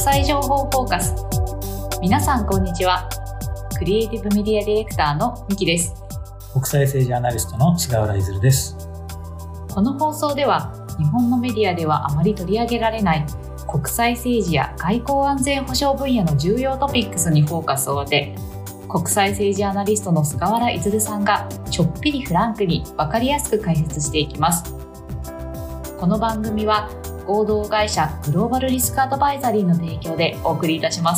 際情報フォーカス。皆さんこんにちは。クリエイティブメディアディレクターのミキです。 国際政治アナリストの菅原出です。 この放送では日本のメディアではあまり取り上げられない国際政治や外交安全保障分野の重要トピックスにフォーカスを当て、国際政治アナリストの菅原出さんがちょっぴりフランクに分かりやすく解説していきます。この番組は合同会社グローバルリスクアドバイザリーの提供でお送りいたします。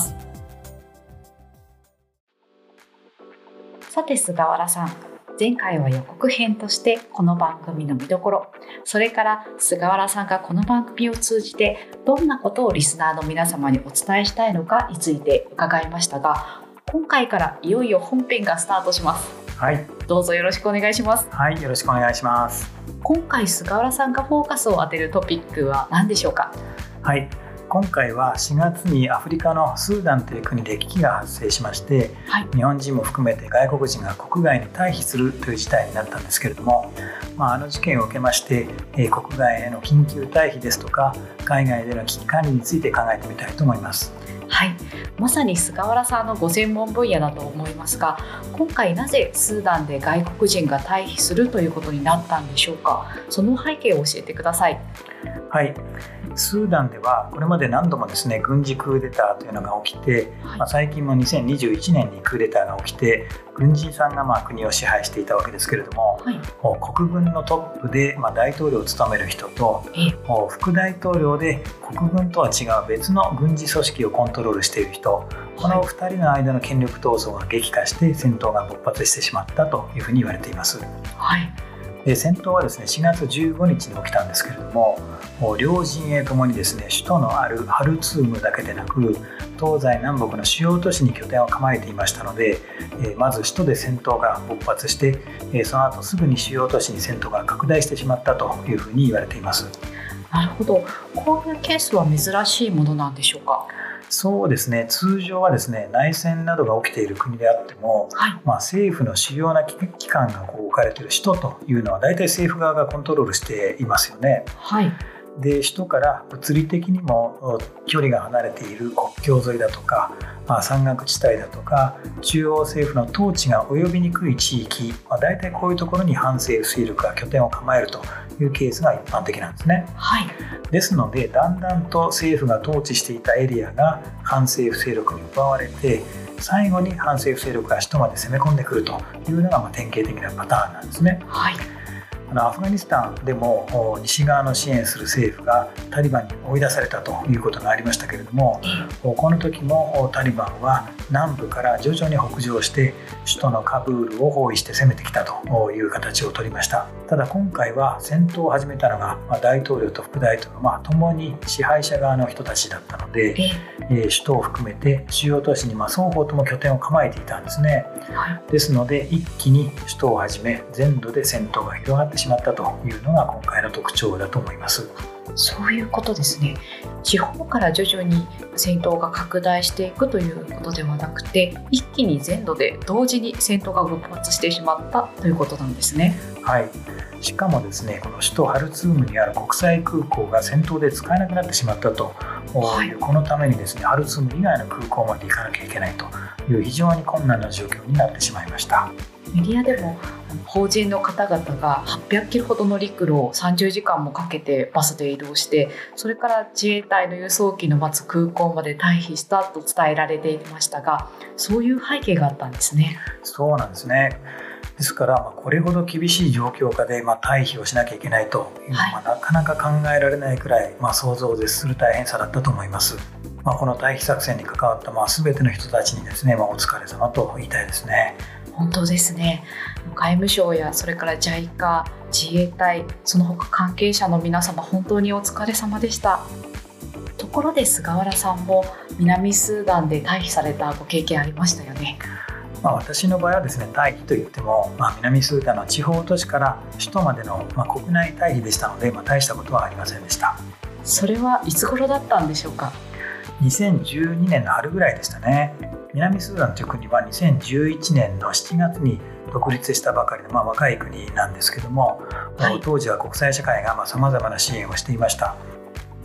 さて菅原さん、前回は予告編としてこの番組の見どころ、それから菅原さんがこの番組を通じてどんなことをリスナーの皆様にお伝えしたいのかについて伺いましたが、今回からいよいよ本編がスタートします。 はい、 どうぞよろしくお願いします。 はい、よろしくお願いします。 今回菅原さんがフォーカスを当てるトピックは何でしょうか？ はい、今回は4月にアフリカのスーダンという国で危機が発生しまして、日本人も含めて外国人が国外に退避するという事態になったんですけれども、あの事件を受けまして、国外への緊急退避ですとか海外での危機管理について考えてみたいと思います。 はい、まさに菅原さんのご専門分野だと思いますが、今回なぜスーダンで外国人が退避するということになったんでしょうか？その背景を教えてください。 はい、スーダンではこれまで何度もですね、軍事クーデターというのが起きて、最近も2021年にクーデターが起きて軍人さんが国を支配していたわけですけれども、国軍のトップで大統領を務める人と、副大統領で国軍とは違う別の軍事組織をコントロールしている人、この2人の間の権力闘争が激化して戦闘が勃発してしまったというふうに言われています。戦闘はですね、4月15日に起きたんですけれども、両陣営ともにですね、首都のあるハルツームだけでなく東西南北の主要都市に拠点を構えていましたので、まず首都で戦闘が勃発して、その後すぐに主要都市に戦闘が拡大してしまったというふうに言われています。なるほど。 こういうケースは珍しいものなんでしょうか？ そうですね、通常はですね、内戦などが起きている国であっても、政府の主要な機関が置かれている首都というのは大体政府側がコントロールしていますよね。で、首都から物理的にも距離が離れている国境沿いだとか、山岳地帯だとか中央政府の統治が及びにくい地域、大体こういうところに反政府勢力が拠点を構えるというケースが一般的なんですね。ですので、だんだんと政府が統治していたエリアが反政府勢力に奪われて、最後に反政府勢力が首都まで攻め込んでくるというのが典型的なパターンなんですね。アフガニスタンでも西側の支援する政府がタリバンに追い出されたということがありましたけれども、この時もタリバンは南部から徐々に北上して首都のカブールを包囲して攻めてきたという形を取りました。ただ今回は戦闘を始めたのが大統領と副大統領、ともに支配者側の人たちだったので、首都を含めて主要都市に双方とも拠点を構えていたんですね。ですので一気に首都をはじめ全土で戦闘が広がってしまったというのが今回の特徴だと思います。 そういうことですね。地方から徐々に戦闘が拡大していくということではなくて、一気に全土で同時に戦闘が勃発してしまったということなんですね。 しかもですね、この首都ハルツームにある国際空港が戦闘で使えなくなってしまったという、このためにですね、ハルツーム以外の空港まで行かなきゃいけないという非常に困難な状況になってしまいました。 メディアでも邦人の方々が800キロほどの陸路を30時間もかけてバスで移動して、それから自衛隊の輸送機の待つ空港まで退避したと伝えられていましたが、そういう背景があったんですね。 そうなんですね。ですからこれほど厳しい状況下で退避をしなきゃいけないというのはなかなか考えられないくらい想像を絶する大変さだったと思います。この退避作戦に関わった全ての人たちにですね、お疲れ様と言いたいですね。 本当ですね。外務省やそれから JICA、自衛隊、その他関係者の皆様、本当にお疲れ様でした。ところで菅原さんも南スーダンで退避されたご経験ありましたよね。 私の場合はですね、退避といっても、南スーダンの地方都市から首都までの、国内退避でしたので、大したことはありませんでした。 それはいつ頃だったんでしょうか ？2012年の春ぐらいでしたね。南スーダンという国は2011年の7月に独立したばかりの、若い国なんですけども、当時は国際社会がさまざまな支援をしていました。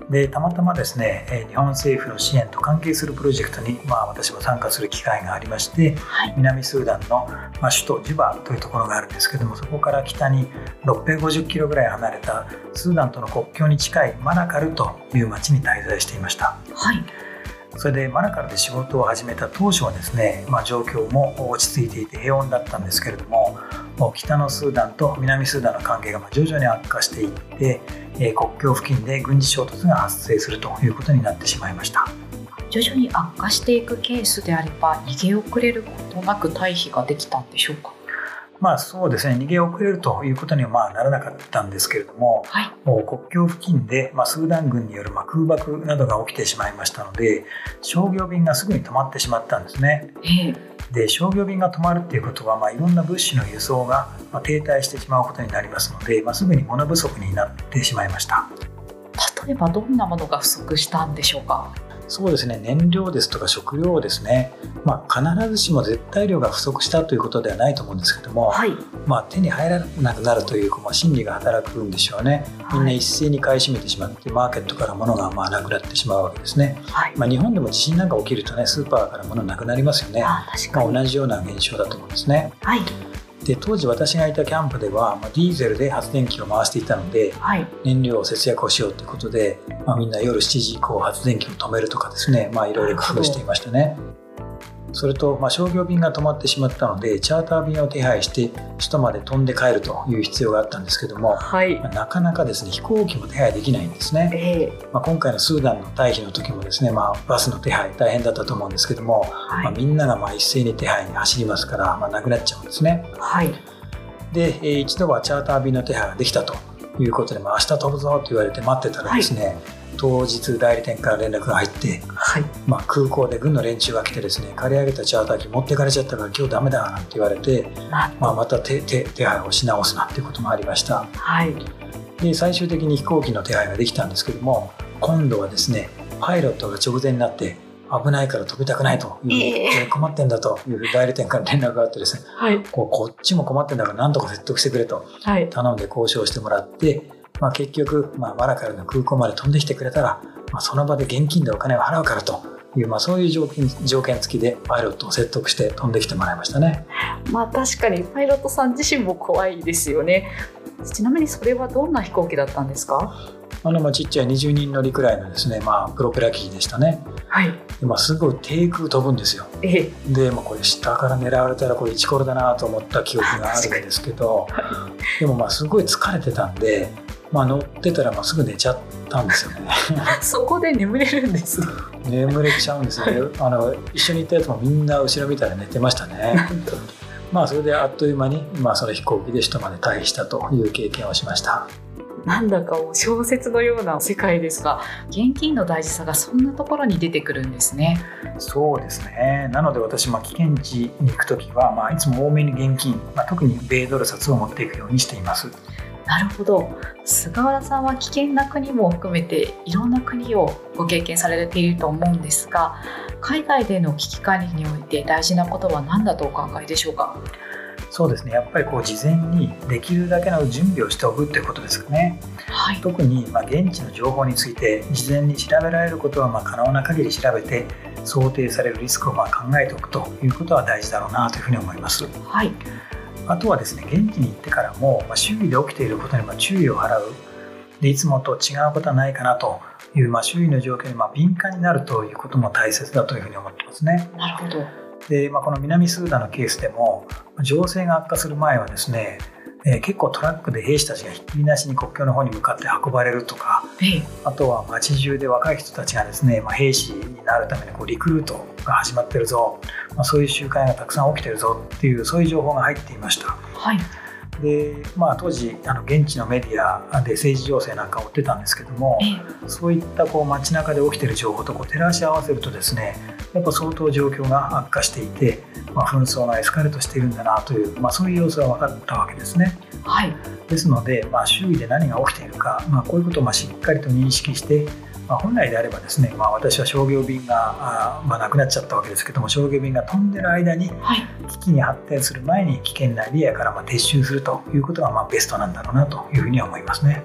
でたまたまですね、日本政府の支援と関係するプロジェクトに、私も参加する機会がありまして、南スーダンの、首都ジュバというところがあるんですけども、そこから北に650キロぐらい離れたスーダンとの国境に近いマラカルという町に滞在していました。それでマラカルで仕事を始めた当初はですね、状況も落ち着いていて平穏だったんですけれども、北のスーダンと南スーダンの関係が徐々に悪化していって、国境付近で軍事衝突が発生するということになってしまいました。 徐々に悪化していくケースであれば逃げ遅れることなく退避ができたんでしょうか？ そうですね、逃げ遅れるということにはならなかったんですけれども、国境付近でスーダン軍による空爆などが起きてしまいましたので、商業便がすぐに止まってしまったんですね。で商業便が止まるっていうことは、いろんな物資の輸送が停滞してしまうことになりますので、すぐに物不足になってしまいました。 例えばどんなものが不足したんでしょうか？ そうですね、燃料ですとか食料ですね、必ずしも絶対量が不足したということではないと思うんですけども、手に入らなくなるという心理が働くんでしょうね。みんな一斉に買い占めてしまって、マーケットから物がなくなってしまうわけですね。日本でも地震なんか起きるとね、スーパーから物なくなりますよね。同じような現象だと思うんですね。で当時私がいたキャンプでは、ディーゼルで発電機を回していたので、燃料を節約をしようということで、みんな夜7時以降発電機を止めるとかですね、いろいろ工夫していましたね。それと、商業便が止まってしまったのでチャーター便を手配して首都まで飛んで帰るという必要があったんですけども、なかなかですね飛行機も手配できないんですね。今回のスーダンの退避の時もですね、バスの手配大変だったと思うんですけども、みんなが一斉に手配に走りますから、なくなっちゃうんですね。で、一度はチャーター便の手配ができたということで、明日飛ぶぞと言われて待ってたらですね、当日代理店から連絡が入って、空港で軍の連中が来てですね、借り上げたチャーター機持ってかれちゃったから今日ダメだなんて言われて、また手配をし直すなんていうこともありました。で最終的に飛行機の手配ができたんですけども、今度はですねパイロットが直前になって危ないから飛びたくないという、困ってんだという代理店から連絡があってですね、こっちも困ってんだから何とか説得してくれと頼んで交渉してもらって、結局、マラカルの空港まで飛んできてくれたら、その場で現金でお金を払うからという、そういう条件付きでパイロットを説得して飛んできてもらいましたね。 確かにパイロットさん自身も怖いですよね。ちなみにそれはどんな飛行機だったんですか？ ちっちゃい20人乗りくらいのですね、プロペラ機でしたね。ですごい低空飛ぶんですよ。で、これ下から狙われたらこれイチコロだなと思った記憶があるんですけど、でもすごい疲れてたんで、乗ってたらすぐ寝ちゃったんですよね。 そこで眠れるんですね。 眠れちゃうんですよね。一緒に行ったやつもみんな後ろ見たら寝てましたね。それであっという間に、その飛行機で首都まで退避したという経験をしました。 なんだか小説のような世界ですが、現金の大事さがそんなところに出てくるんですね。 そうですね。なので私、危険地に行くときは、いつも多めに現金、特に米ドル札を持っていくようにしています。 なるほど。菅原さんは危険な国も含めていろんな国をご経験されていると思うんですが、海外での危機管理において大事なことは何だとお考えでしょうか？ そうですね、やっぱり事前にできるだけの準備をしておくということですかね。特に現地の情報について事前に調べられることは可能な限り調べて、想定されるリスクを考えておくということは大事だろうなというふうに思います。あとはですね、現地に行ってからも周囲で起きていることに注意を払う。でいつもと違うことはないかなという、周囲の状況に敏感になるということも大切だというふうに思ってますね。 なるほど。 でこの南スーダンのケースでも情勢が悪化する前はですね、結構トラックで兵士たちがひっきりなしに国境の方に向かって運ばれるとか、あとは街中で若い人たちがですね、兵士になるためにリクルートが始まってるぞ、そういう集会がたくさん起きてるぞっていう、そういう情報が入っていました。で当時現地のメディアで政治情勢なんかを追ってたんですけども、そういった街中で起きている情報と照らし合わせるとですね、やっぱ相当状況が悪化していて、紛争がエスカレートしているんだなという、そういう様子が分かったわけですね。ですので、周囲で何が起きているか、こういうことをしっかりと認識して、本来であればですね、私は商業便が、なくなっちゃったわけですけども、商業便が飛んでる間に、危機に発展する前に危険なエリアから撤収するということがベストなんだろうなというふうに思いますね。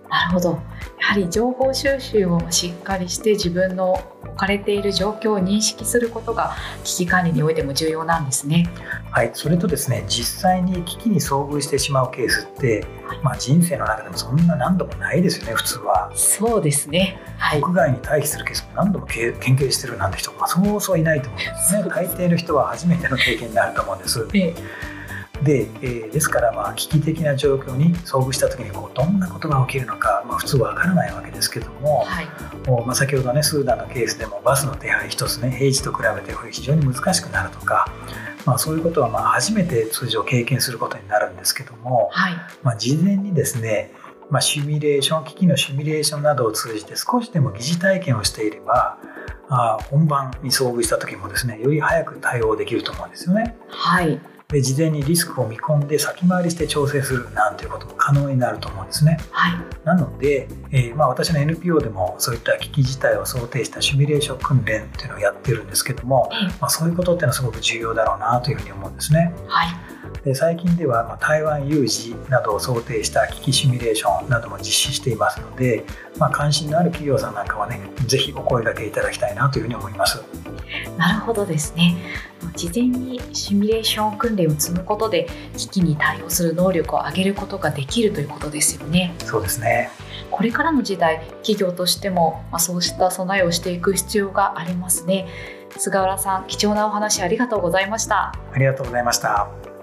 なるほど。やはり情報収集をしっかりして自分の置かれている状況を認識することが危機管理においても重要なんですね。 はい、それとですね、実際に危機に遭遇してしまうケースって、人生の中でもそんな何度もないですよね、普通は。 そうですね、はい、 国外に退避するケースも何度も経験してるなんて人もそうそういないと思うんですね。大抵の人は初めての経験になると思うんです。ですから、危機的な状況に遭遇した時にどんなことが起きるのか、普通わからないわけですけども、先ほどね、スーダンのケースでもバスの手配一つね、平時と比べて非常に難しくなるとか、そういうことは初めて通常経験することになるんですけども、事前にですね、シミュレーション、機器のシミュレーションなどを通じて少しでも疑似体験をしていれば、本番に遭遇した時もですね、より早く対応できると思うんですよね。で、事前にリスクを見込んで先回りして調整するなんていうことも可能になると思うんですね。なので、私の NPO でもそういった危機事態を想定したシミュレーション訓練っていうのをやってるんですけども、そういうことっていうのはすごく重要だろうなというふうに思うんですね。で、最近では台湾有事などを想定した危機シミュレーションなども実施していますので、関心のある企業さんなんかはね、ぜひお声掛けいただきたいなというふうに思います。 なるほどですね。事前にシミュレーション訓練を積むことで危機に対応する能力を上げることができるということですよね。 そうですね。 これからの時代、企業としてもそうした備えをしていく必要がありますね。菅原さん、貴重なお話ありがとうございました。 ありがとうございました。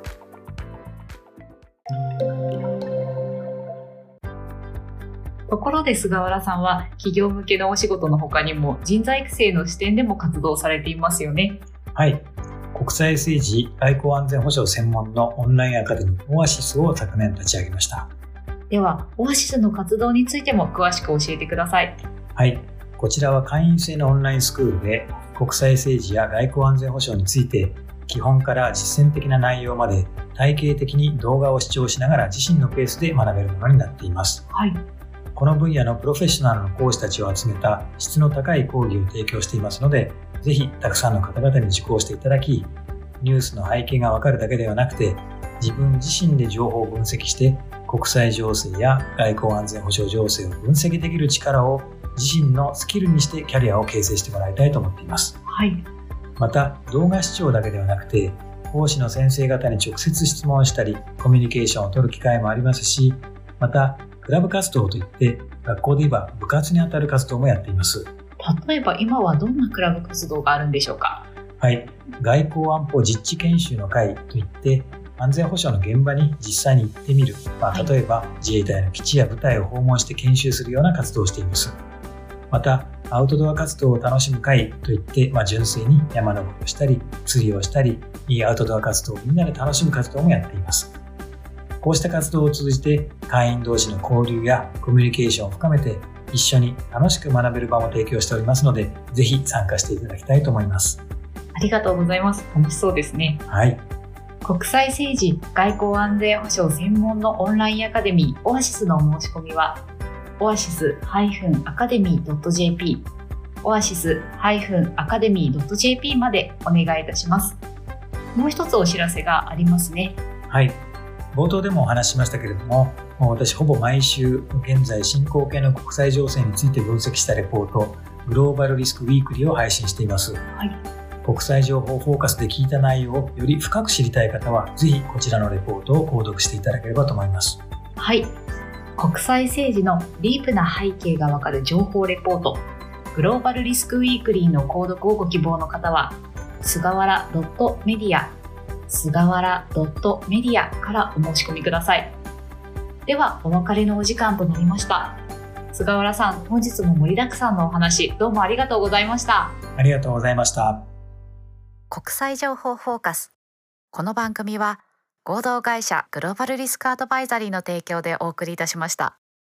ところで菅原さんは企業向けのお仕事の他にも人材育成の視点でも活動されていますよね。 はい、国際政治・外交安全保障専門のオンラインアカデミーオアシスを昨年立ち上げました。 では、オアシスの活動についても詳しく教えてください。 はい、こちらは会員制のオンラインスクールで国際政治や外交安全保障について基本から実践的な内容まで体系的に動画を視聴しながら自身のペースで学べるものになっています。この分野のプロフェッショナルの講師たちを集めた質の高い講義を提供していますので、ぜひたくさんの方々に受講していただき、ニュースの背景がわかるだけではなくて、自分自身で情報を分析して国際情勢や外交安全保障情勢を分析できる力を自身のスキルにしてキャリアを形成してもらいたいと思っています。また、動画視聴だけではなくて、講師の先生方に直接質問したりコミュニケーションを取る機会もありますし、またクラブ活動といって学校で言えば部活にあたる活動もやっています。 例えば今はどんなクラブ活動があるんでしょうか？ はい、外交安保実地研修の会といって安全保障の現場に実際に行ってみる、例えば自衛隊の基地や部隊を訪問して研修するような活動をしています。またアウトドア活動を楽しむ会といって、純粋に山登りをしたり釣りをしたりアウトドア活動をみんなで楽しむ活動もやっています。こうした活動を通じて会員同士の交流やコミュニケーションを深めて一緒に楽しく学べる場も提供しておりますので、ぜひ参加していただきたいと思います。 ありがとうございます。楽しそうですね。国際政治・外交安全保障専門のオンラインアカデミーオアシスのお申し込みはオアシス-academy.jp オアシス-academy.jp までお願いいたします。もう一つお知らせがありますね。 冒頭でもお話ししましたけれども、私ほぼ毎週現在進行形の国際情勢について分析したレポートグローバルリスクウィークリーを配信しています。国際情報フォーカスで聞いた内容をより深く知りたい方はぜひこちらのレポートを購読していただければと思います。 国際政治のディープな背景がわかる情報レポートグローバルリスクウィークリーの購読をご希望の方は菅原.media菅原.mediaからお申し込みください。ではお別れのお時間となりました。菅原さん、本日も盛りだくさんのお話どうもありがとうございました。 ありがとうございました。 国際情報フォーカス。この番組は合同会社グローバルリスクアドバイザリーの提供でお送りいたしました。